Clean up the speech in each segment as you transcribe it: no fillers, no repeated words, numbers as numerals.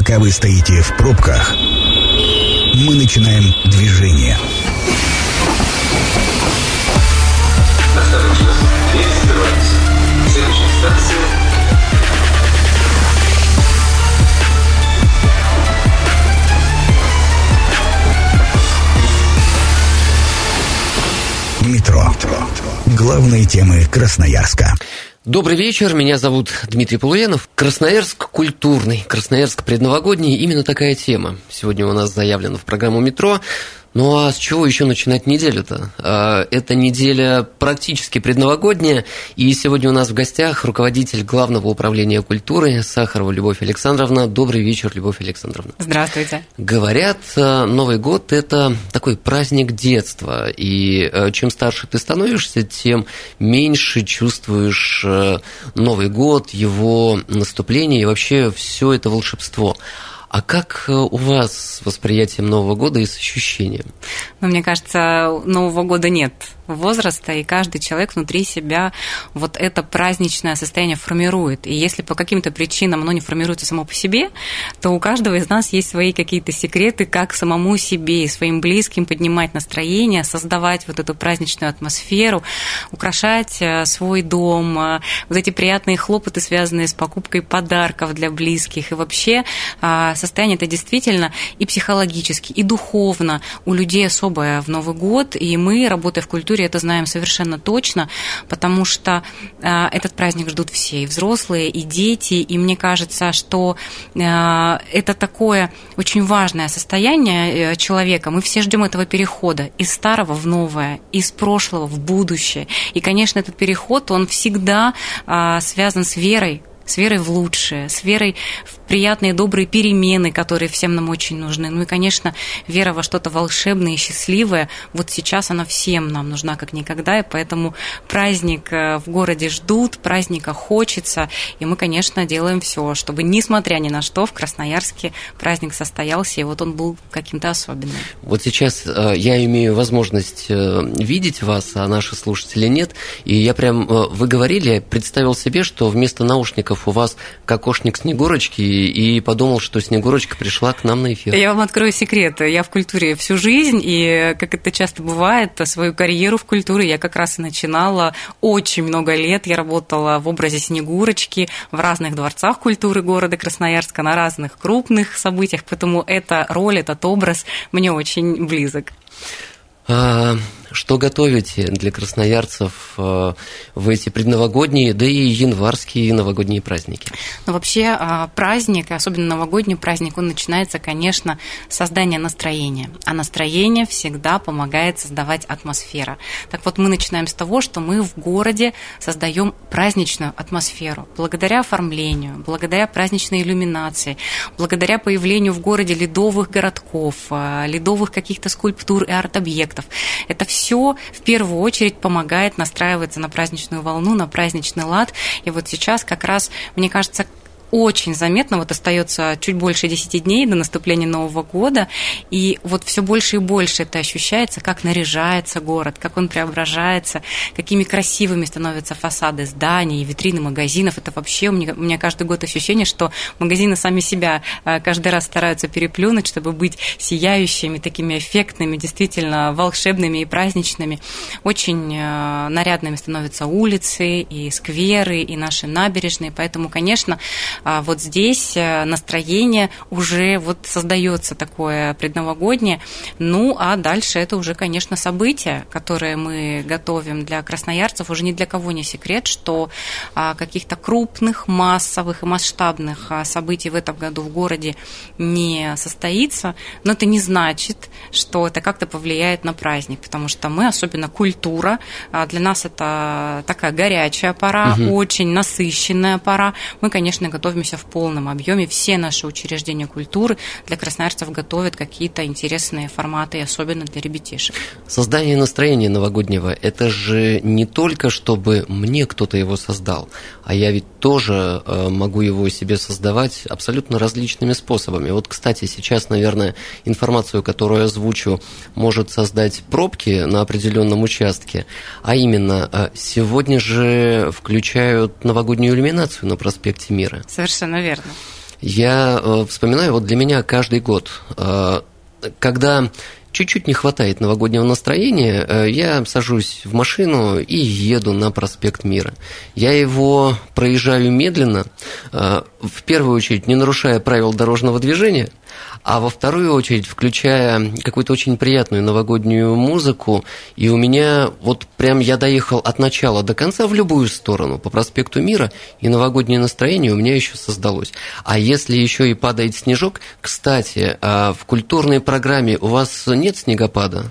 Пока вы стоите в пробках, мы начинаем движение. Осторожно, дверь закрывается. Следующая станция. Метро. Главные темы Красноярска. Добрый вечер, меня зовут Дмитрий Полуянов. Красноярск культурный, Красноярск предновогодний, именно такая тема сегодня у нас заявлена в программу «Метро». Ну а с чего еще начинать неделю-то? Эта неделя практически предновогодняя, и сегодня у нас в гостях руководитель Главного управления культуры Сахарова Любовь Александровна. Добрый вечер, Любовь Александровна. Здравствуйте. Говорят, Новый год – это такой праздник детства, и чем старше ты становишься, тем меньше чувствуешь Новый год, его наступление и вообще все это волшебство. А как у вас с восприятием Нового года и с ощущением? Мне кажется, Нового года нет возраста, и каждый человек внутри себя вот это праздничное состояние формирует. И если по каким-то причинам оно не формируется само по себе, то у каждого из нас есть свои какие-то секреты, как самому себе и своим близким поднимать настроение, создавать вот эту праздничную атмосферу, украшать свой дом, вот эти приятные хлопоты, связанные с покупкой подарков для близких. И вообще состояние это действительно и психологически, и духовно у людей особое в Новый год, и мы, работая в культуре, это знаем совершенно точно, потому что этот праздник ждут все, и взрослые, и дети, и мне кажется, что это такое очень важное состояние человека, мы все ждем этого перехода из старого в новое, из прошлого в будущее, и, конечно, этот переход, он всегда связан с верой в лучшее, с верой в приятные, добрые перемены, которые всем нам очень нужны. Ну и, конечно, вера во что-то волшебное и счастливое. Вот сейчас она всем нам нужна как никогда, и поэтому праздник в городе ждут, праздника хочется, и мы, конечно, делаем все, чтобы, несмотря ни на что, в Красноярске праздник состоялся, и вот он был каким-то особенным. Вот сейчас я имею возможность видеть вас, а наши слушатели нет, и я прям, вы говорили, представил себе, что вместо наушников у вас кокошник Снегурочки, и подумал, что Снегурочка пришла к нам на эфир. Я вам открою секрет. Я в культуре всю жизнь, и, как это часто бывает, свою карьеру в культуре я как раз и начинала очень много лет. Я работала в образе Снегурочки в разных дворцах культуры города Красноярска, на разных крупных событиях, поэтому эта роль, этот образ мне очень близок. Что готовите для красноярцев в эти предновогодние, да и январские новогодние праздники? Ну, вообще праздник, особенно новогодний праздник, он начинается, конечно, с создания настроения. А настроение всегда помогает создавать атмосфера. Так вот, мы начинаем с того, что мы в городе создаем праздничную атмосферу. Благодаря оформлению, благодаря праздничной иллюминации, благодаря появлению в городе ледовых городков, ледовых каких-то скульптур и арт-объектов. Это все в первую очередь помогает настраиваться на праздничную волну, на праздничный лад. И вот сейчас как раз, мне кажется, очень заметно, вот остается чуть больше 10 дней до наступления Нового года, и вот все больше и больше это ощущается, как наряжается город, как он преображается, какими красивыми становятся фасады зданий, витрины магазинов. Это вообще у меня каждый год ощущение, что магазины сами себя каждый раз стараются переплюнуть, чтобы быть сияющими, такими эффектными, действительно волшебными и праздничными. Очень нарядными становятся улицы и скверы, и наши набережные, поэтому, конечно, вот здесь настроение уже вот создается такое предновогоднее. Ну, а дальше это уже, конечно, события, которые мы готовим для красноярцев. Уже ни для кого не секрет, что каких-то крупных, массовых и масштабных событий в этом году в городе не состоится. Но это не значит, что это как-то повлияет на праздник, потому что мы, особенно культура, для нас это такая горячая пора, очень насыщенная пора. Мы, конечно, готовимся в полном объеме. Все наши учреждения культуры для красноярцев готовят какие-то интересные форматы, особенно для ребятишек. Создание настроения новогоднего – это же не только, чтобы мне кто-то его создал, а я ведь тоже могу его себе создавать абсолютно различными способами. Вот, кстати, сейчас, наверное, информацию, которую я озвучу, может создать пробки на определенном участке, а именно, сегодня же включают новогоднюю иллюминацию на проспекте Мира. Совершенно верно. Я вспоминаю, вот для меня каждый год, когда чуть-чуть не хватает новогоднего настроения, я сажусь в машину и еду на проспект Мира. Я его проезжаю медленно, в первую очередь не нарушая правил дорожного движения, а во вторую очередь включая какую-то очень приятную новогоднюю музыку, и у меня вот прям я доехал от начала до конца в любую сторону по проспекту Мира, и новогоднее настроение у меня еще создалось. А если еще и падает снежок, кстати, в культурной программе у вас нет снегопада?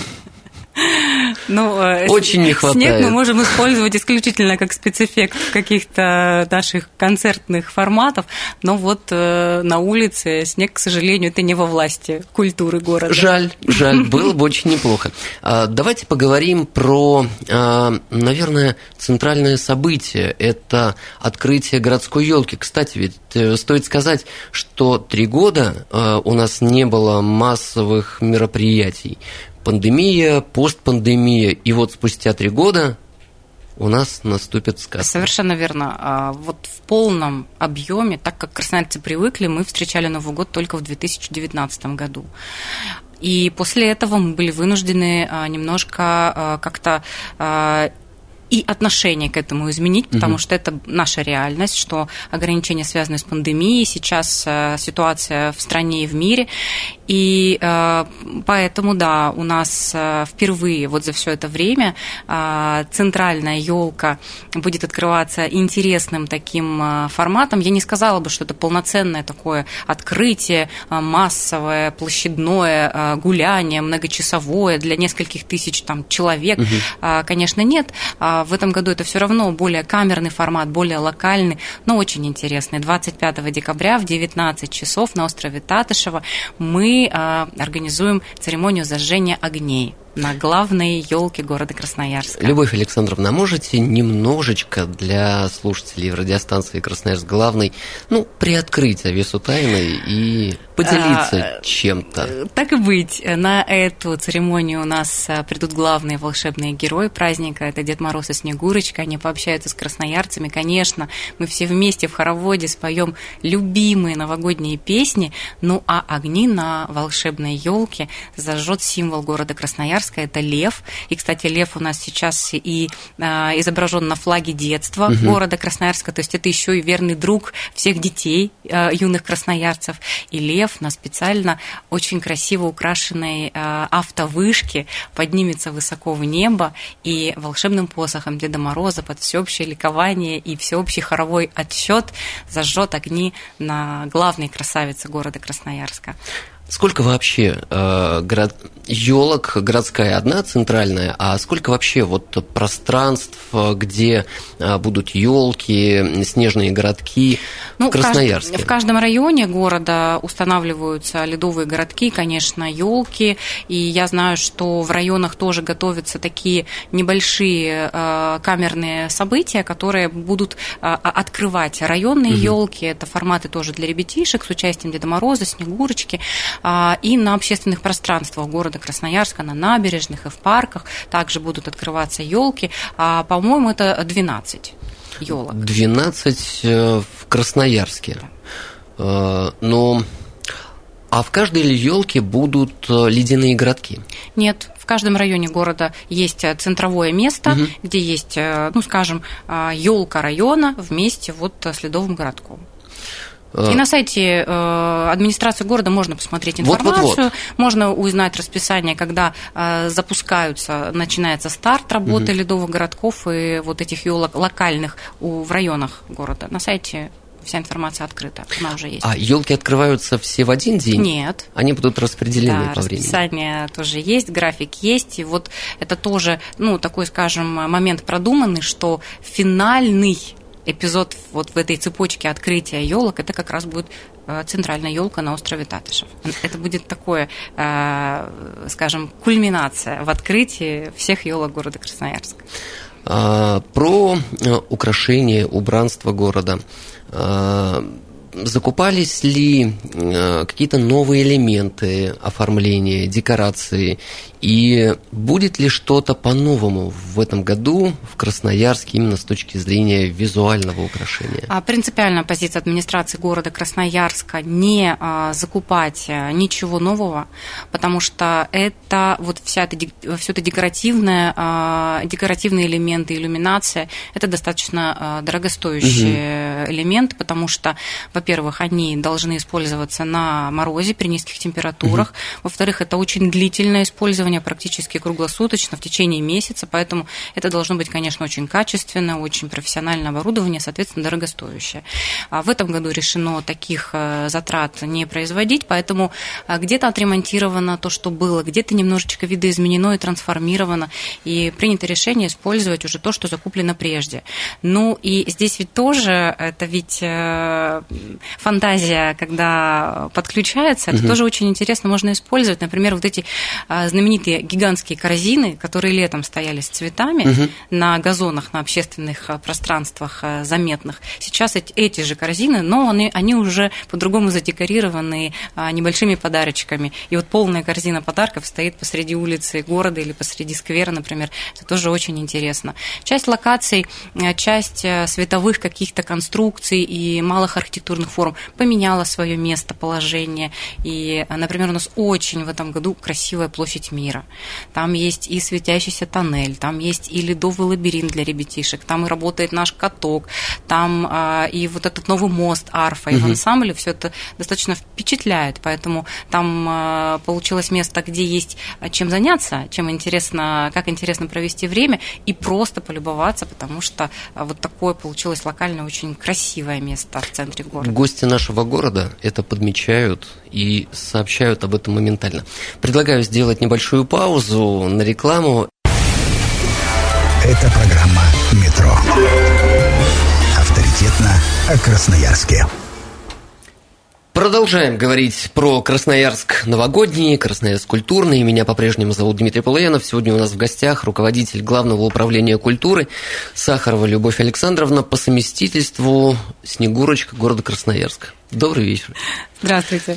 Очень не хватает. Снег мы можем использовать исключительно как спецэффект каких-то наших концертных форматов, но вот на улице снег, к сожалению, это не во власти культуры города. Жаль, было бы очень неплохо. Давайте поговорим про, наверное, центральное событие. Это открытие городской елки. Кстати, ведь стоит сказать, что 3 года у нас не было массовых мероприятий. Пандемия, постпандемия, и вот спустя 3 года у нас наступит сказка. Совершенно верно. Вот в полном объеме, так как красноярцы привыкли, мы встречали Новый год только в 2019 году. И после этого мы были вынуждены немножко как-то и отношение к этому изменить, потому что это наша реальность, что ограничения связаны с пандемией, сейчас ситуация в стране и в мире, и поэтому, да, у нас впервые вот за все это время центральная елка будет открываться интересным таким форматом. Я не сказала бы, что это полноценное такое открытие, массовое, площадное гуляние, многочасовое для нескольких тысяч там человек. Конечно, нет. В этом году это все равно более камерный формат, более локальный, но очень интересный. 25 декабря в 19 часов на острове Татышево мы организуем церемонию зажжения огней на главной елке города Красноярска. Любовь Александровна, можете немножечко для слушателей радиостанции «Красноярск главный», приоткрыть завесу тайны и поделиться чем-то? Так и быть. На эту церемонию у нас придут главные волшебные герои праздника. Это Дед Мороз и Снегурочка. Они пообщаются с красноярцами. Конечно, мы все вместе в хороводе споем любимые новогодние песни. А огни на волшебной елке зажжет символ города Красноярска. Это лев. И, кстати, лев у нас сейчас и изображен на флаге детства города Красноярска. То есть это еще и верный друг всех детей, юных красноярцев. И лев на специально очень красиво украшенной автовышке поднимется высоко в небо и волшебным посохом Деда Мороза под всеобщее ликование и всеобщий хоровой отсчет зажжет огни на главной красавице города Красноярска. Сколько вообще елок городская одна, центральная, а сколько вообще пространств, где будут елки, снежные городки в Красноярске? В каждом районе города устанавливаются ледовые городки, конечно, елки, и я знаю, что в районах тоже готовятся такие небольшие камерные события, которые будут открывать районные елки. Это форматы тоже для ребятишек с участием Деда Мороза, Снегурочки. И на общественных пространствах города Красноярска, на набережных и в парках также будут открываться елки. По-моему, это 12 елок. 12 в Красноярске. Да. А в каждой елке будут ледяные городки? Нет. В каждом районе города есть центровое место, где есть, елка района вместе с ледовым городком. И на сайте администрации города можно посмотреть информацию, можно узнать расписание, когда начинается старт работы ледовых городков и этих елок локальных в районах города. На сайте вся информация открыта, она уже есть. А елки открываются все в один день? Нет. Они будут распределены по времени? Расписание тоже есть, график есть, и это тоже, такой, момент продуманный, что финальный эпизод в этой цепочке открытия елок, это как раз будет центральная елка на острове Татышев. Это будет такое, кульминация в открытии всех елок города Красноярска. Про украшение, убранство города. закупались ли какие-то новые элементы оформления, декорации, и будет ли что-то по-новому в этом году в Красноярске именно с точки зрения визуального украшения? Принципиальная позиция администрации города Красноярска – не закупать ничего нового, потому что это вот все это декоративные элементы, иллюминация – это достаточно дорогостоящие элементы, потому что, во-первых, они должны использоваться на морозе при низких температурах, во-вторых, это очень длительное использование, практически круглосуточно, в течение месяца, поэтому это должно быть, конечно, очень качественное, очень профессиональное оборудование, соответственно, дорогостоящее. В этом году решено таких затрат не производить, поэтому где-то отремонтировано то, что было, где-то немножечко видоизменено и трансформировано, и принято решение использовать уже то, что закуплено прежде. Ну и здесь ведь тоже, это ведь фантазия, когда подключается, это тоже очень интересно, можно использовать, например, вот эти знаменитые гигантские корзины, которые летом стояли с цветами на газонах, на общественных пространствах заметных. Сейчас эти же корзины, но они уже по-другому задекорированы небольшими подарочками. И вот полная корзина подарков стоит посреди улицы города или посреди сквера, например. Это тоже очень интересно. Часть локаций, часть световых каких-то конструкций и малых архитектурных форм поменяла свое местоположение. И, например, у нас очень в этом году красивая площадь Мира. Там есть и светящийся тоннель, там есть и ледовый лабиринт для ребятишек, там и работает наш каток, там и вот этот новый мост арфа, и в ансамбле все это достаточно впечатляет, поэтому там получилось место, где есть чем заняться, как интересно провести время и просто полюбоваться, потому что вот такое получилось локально очень красивое место в центре города. Гости нашего города это подмечают и сообщают об этом моментально. Предлагаю сделать небольшую паузу на рекламу. Это программа «Метро». Авторитетно о Красноярске. Продолжаем говорить про Красноярск новогодний, Красноярск культурный. Меня по-прежнему зовут Дмитрий Полуянов. Сегодня у нас в гостях руководитель Главного управления культуры Сахарова Любовь Александровна, по совместительству Снегурочка города Красноярск. Добрый вечер. Здравствуйте.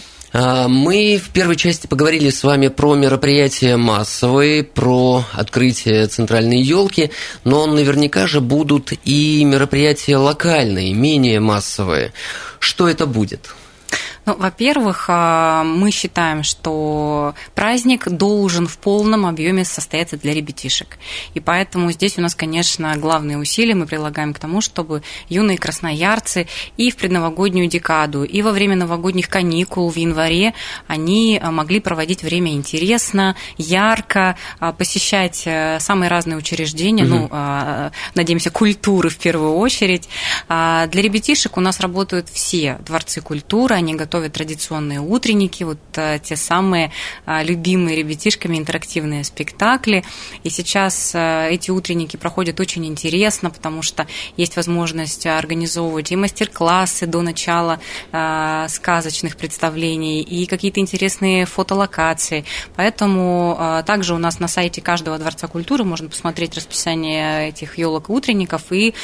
Мы в первой части поговорили с вами про мероприятия массовые, про открытие центральной елки, но наверняка же будут и мероприятия локальные, менее массовые. Что это будет? Ну, во-первых, мы считаем, что праздник должен в полном объеме состояться для ребятишек. И поэтому здесь у нас, конечно, главные усилия мы прилагаем к тому, чтобы юные красноярцы и в предновогоднюю декаду, и во время новогодних каникул в январе они могли проводить время интересно, ярко, посещать самые разные учреждения, надеемся, культуры в первую очередь. Для ребятишек у нас работают все дворцы культуры, они готовят традиционные утренники, вот те самые любимые ребятишками интерактивные спектакли. И сейчас эти утренники проходят очень интересно, потому что есть возможность организовывать и мастер-классы до начала сказочных представлений, и какие-то интересные фотолокации. Поэтому также у нас на сайте каждого дворца культуры можно посмотреть расписание этих елок и утренников, и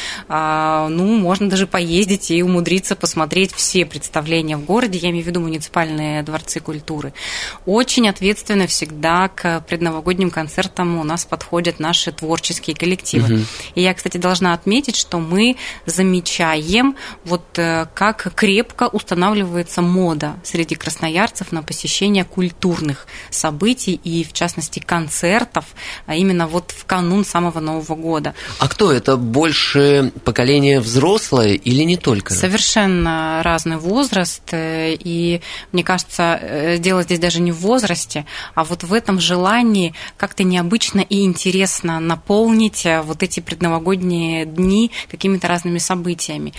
можно даже поездить и умудриться посмотреть все представления в городе. Я имею в виду муниципальные дворцы культуры. Очень ответственно всегда к предновогодним концертам у нас подходят наши творческие коллективы. И я, кстати, должна отметить, что мы замечаем, вот как крепко устанавливается мода среди красноярцев на посещение культурных событий и, в частности, концертов, а именно вот в канун самого Нового года. А кто это? Больше поколение взрослое или не только? Совершенно разный возраст. И мне кажется, дело здесь даже не в возрасте, а вот в этом желании как-то необычно и интересно наполнить вот эти предновогодние дни какими-то разными событиями.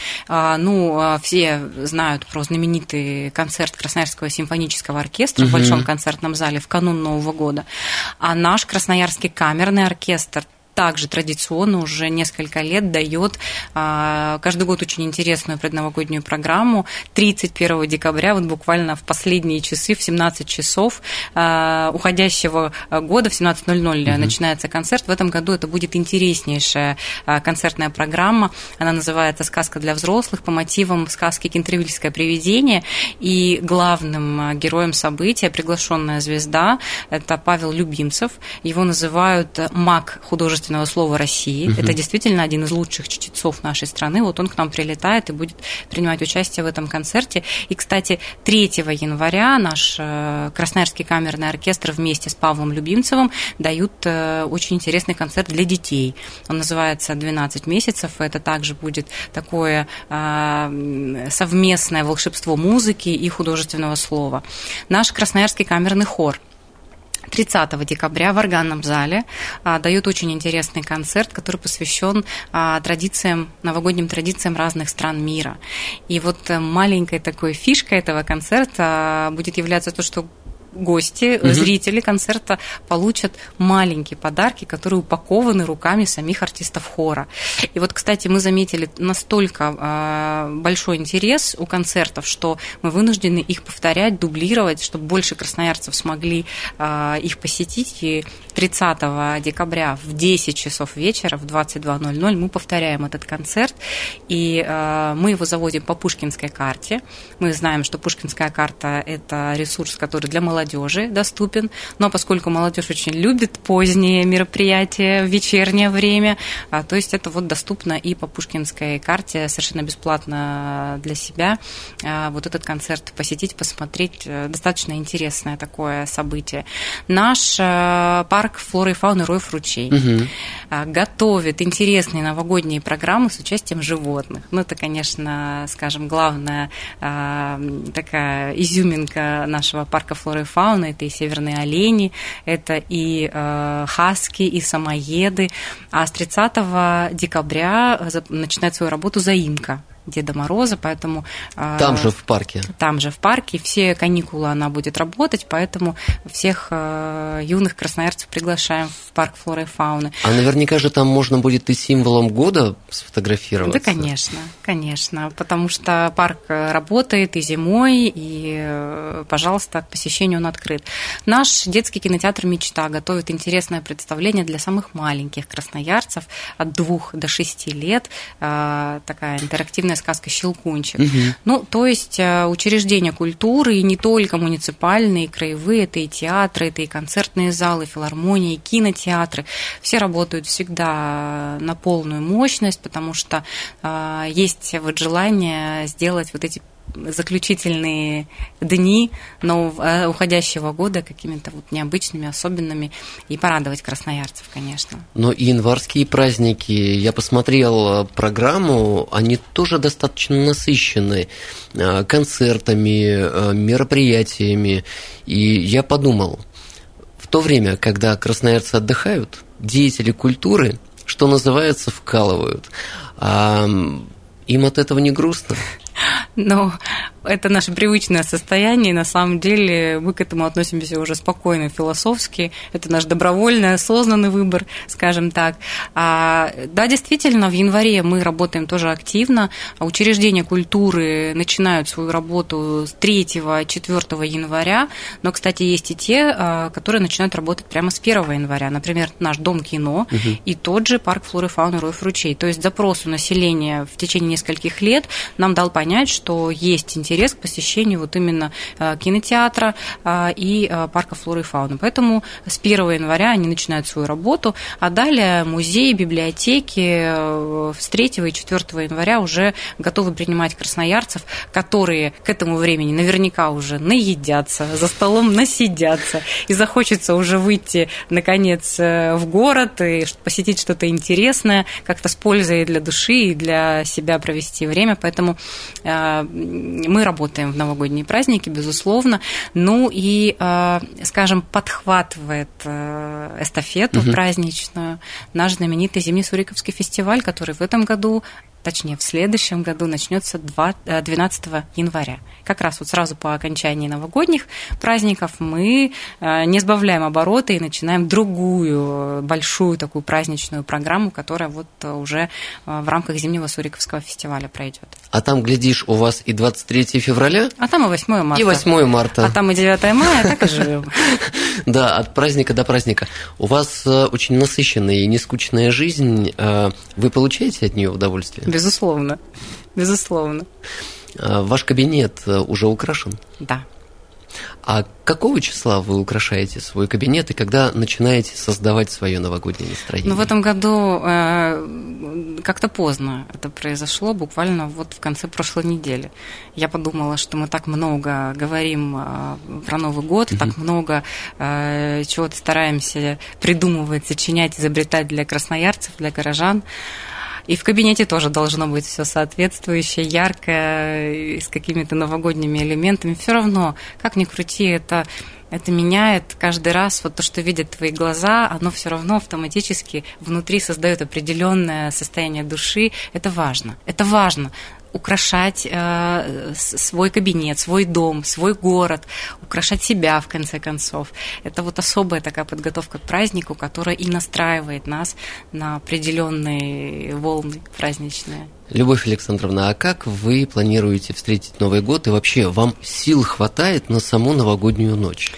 Все знают про знаменитый концерт Красноярского симфонического оркестра в Большом концертном зале в канун Нового года, а наш Красноярский камерный оркестр также традиционно уже несколько лет дает каждый год очень интересную предновогоднюю программу. 31 декабря, вот буквально в последние часы, в 17 часов уходящего года, в 17:00 начинается концерт. В этом году это будет интереснейшая концертная программа. Она называется «Сказка для взрослых» по мотивам сказки «Кентервильское привидение». И главным героем события, приглашенная звезда, это Павел Любимцев. Его называют маг художественного слова России. Это действительно один из лучших чтецов нашей страны. Вот он к нам прилетает и будет принимать участие в этом концерте. И, кстати, 3 января наш Красноярский камерный оркестр вместе с Павлом Любимцевым дают очень интересный концерт для детей. Он называется «12 месяцев». Это также будет такое совместное волшебство музыки и художественного слова. Наш Красноярский камерный хор 30 декабря в органном зале дают очень интересный концерт, который посвящен новогодним традициям разных стран мира. И вот маленькой такой фишкой этого концерта будет являться то, что гости, зрители концерта получат маленькие подарки, которые упакованы руками самих артистов хора. И вот, кстати, мы заметили настолько большой интерес у концертов, что мы вынуждены их повторять, дублировать, чтобы больше красноярцев смогли их посетить. И 30 декабря в 10 часов вечера, в 22:00 мы повторяем этот концерт, и мы его заводим по Пушкинской карте. Мы знаем, что Пушкинская карта – это ресурс, который для молодежи доступен, но поскольку молодежь очень любит поздние мероприятия в вечернее время, то есть это вот доступно и по Пушкинской карте совершенно бесплатно для себя. Вот этот концерт посетить, посмотреть, достаточно интересное такое событие. Наш парк флоры и фауны Роев-Ручей готовит интересные новогодние программы с участием животных. Ну, это, конечно, скажем, главная такая изюминка нашего парка флоры и фауны. Это и северные олени, это и хаски, и самоеды. А с 30 декабря начинает свою работу заимка Деда Мороза, поэтому... Там же в парке. Там же в парке. Все каникулы она будет работать, поэтому всех юных красноярцев приглашаем в парк флоры и фауны. А наверняка же там можно будет и символом года сфотографироваться. Да, конечно, конечно, потому что парк работает и зимой, и, пожалуйста, к посещению он открыт. Наш детский кинотеатр «Мечта» готовит интересное представление для самых маленьких красноярцев от 2 до 6 лет, такая интерактивная сказка «Щелкунчик». Ну, то есть учреждения культуры, и не только муниципальные, и краевые, это и театры, это и концертные залы, филармонии, и кинотеатры. Все работают всегда на полную мощность, потому что есть вот желание сделать вот эти заключительные дни уходящего года какими-то вот необычными, особенными, и порадовать красноярцев, конечно. Но и январские праздники, я посмотрел программу, они тоже достаточно насыщены концертами, мероприятиями, и я подумал, в то время, когда красноярцы отдыхают, деятели культуры, что называется, вкалывают, а им от этого не грустно? Но это наше привычное состояние, и на самом деле мы к этому относимся уже спокойно, философски. Это наш добровольный, осознанный выбор, скажем так. Да, действительно, в январе мы работаем тоже активно. Учреждения культуры начинают свою работу с 3-4 января, но, кстати, есть и те, которые начинают работать прямо с 1 января. Например, наш Дом кино и тот же парк флоры и фауны Роев-Ручей. То есть запрос у населения в течение нескольких лет нам дал понять, что есть интерес к посещению вот именно кинотеатра и парка флоры и фауны. Поэтому с 1 января они начинают свою работу, а далее музеи, библиотеки с 3 и 4 января уже готовы принимать красноярцев, которые к этому времени наверняка уже наедятся, за столом насидятся, и захочется уже выйти, наконец, в город и посетить что-то интересное, как-то с пользой для души и для себя провести время. Поэтому мы работаем в новогодние праздники, безусловно. Ну и, скажем, подхватывает эстафету праздничную наш знаменитый Зимний Суриковский фестиваль, который в этом году точнее, в следующем году начнется 12 января. Как раз вот сразу по окончании новогодних праздников мы не сбавляем обороты и начинаем другую большую такую праздничную программу, которая вот уже в рамках Зимнего Суриковского фестиваля пройдет. А там, глядишь, у вас и 23 февраля, а там и 8 марта. И 8 марта. А там и 9 мая, так и живем. Да, от праздника до праздника. У вас очень насыщенная и нескучная жизнь. Вы получаете от нее удовольствие? Безусловно. Безусловно. Ваш кабинет уже украшен? Да. А какого числа вы украшаете свой кабинет и когда начинаете создавать свое новогоднее настроение? Ну, в этом году как-то поздно это произошло, буквально вот в конце прошлой недели. Я подумала, что мы так много говорим про Новый год, так много чего-то стараемся придумывать, сочинять, изобретать для красноярцев, для горожан. И в кабинете тоже должно быть все соответствующее, яркое, с какими-то новогодними элементами. Все равно, как ни крути, это меняет каждый раз. Вот то, что видят твои глаза, оно все равно автоматически внутри создает определенное состояние души. Это важно. Это важно. Украшать свой кабинет, свой дом, свой город, украшать себя, в конце концов. Это вот особая такая подготовка к празднику, которая и настраивает нас на определенные волны праздничные. Любовь Александровна, а как вы планируете встретить Новый год? И вообще, вам сил хватает на саму новогоднюю ночь?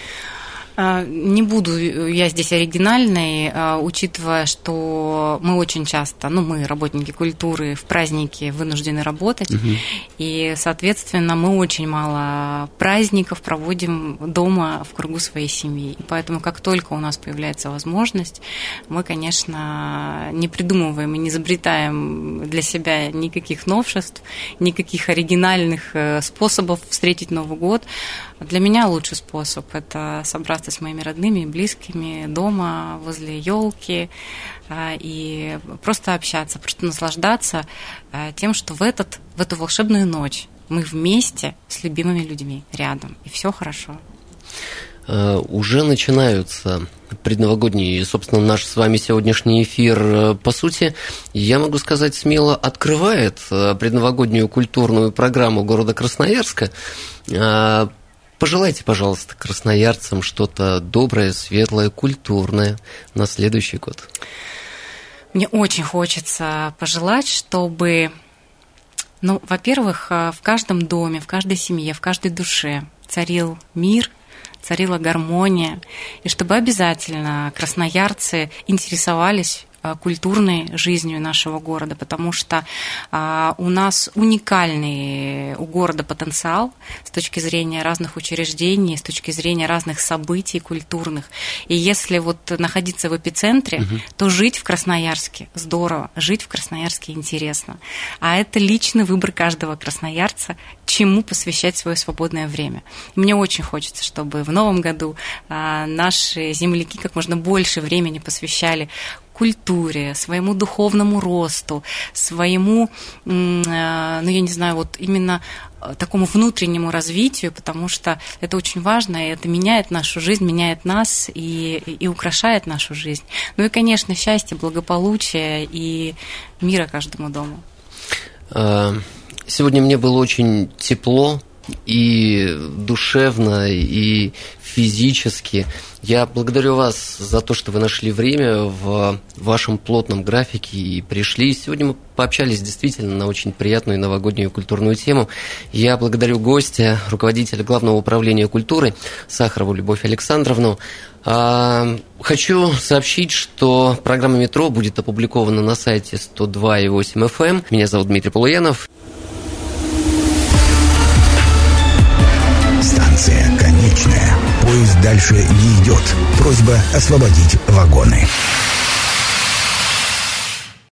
Не буду я здесь оригинальной, учитывая, что мы очень часто, мы, работники культуры, в праздники вынуждены работать, и, соответственно, мы очень мало праздников проводим дома в кругу своей семьи. И поэтому, как только у нас появляется возможность, мы, конечно, не придумываем и не изобретаем для себя никаких новшеств, никаких оригинальных способов встретить Новый год. Для меня лучший способ – это собраться с моими родными и близкими дома, возле елки, и просто общаться, просто наслаждаться тем, что в эту волшебную ночь мы вместе с любимыми людьми рядом, и все хорошо. Уже начинаются предновогодние, собственно, наш с вами сегодняшний эфир, по сути, я могу сказать, смело открывает предновогоднюю культурную программу города Красноярска. Пожелайте, пожалуйста, красноярцам что-то доброе, светлое, культурное на следующий год. Мне очень хочется пожелать, чтобы, во-первых, в каждом доме, в каждой семье, в каждой душе царил мир, царила гармония, и чтобы обязательно красноярцы интересовались культурной жизнью нашего города, потому что у нас уникальный у города потенциал с точки зрения разных учреждений, с точки зрения разных событий культурных. И если вот находиться в эпицентре, то жить в Красноярске здорово, жить в Красноярске интересно. А это личный выбор каждого красноярца, чему посвящать свое свободное время. И мне очень хочется, чтобы в новом году наши земляки как можно больше времени посвящали культуре, своему духовному росту, своему, именно такому внутреннему развитию, потому что это очень важно, и это меняет нашу жизнь, меняет нас и украшает нашу жизнь. Ну и, конечно, счастье, благополучие и мира каждому дому. Сегодня мне было очень тепло и душевно, и физически. Я благодарю вас за то, что вы нашли время в вашем плотном графике и пришли. Сегодня мы пообщались действительно на очень приятную новогоднюю культурную тему. Я благодарю гостя, руководителя Главного управления культуры Сахарову Любовь Александровну. Хочу сообщить, что программа «Метро» будет опубликована на сайте 102.8 FM. Меня зовут Дмитрий Полуянов. Станция конечная. Поезд дальше не идет. Просьба освободить вагоны.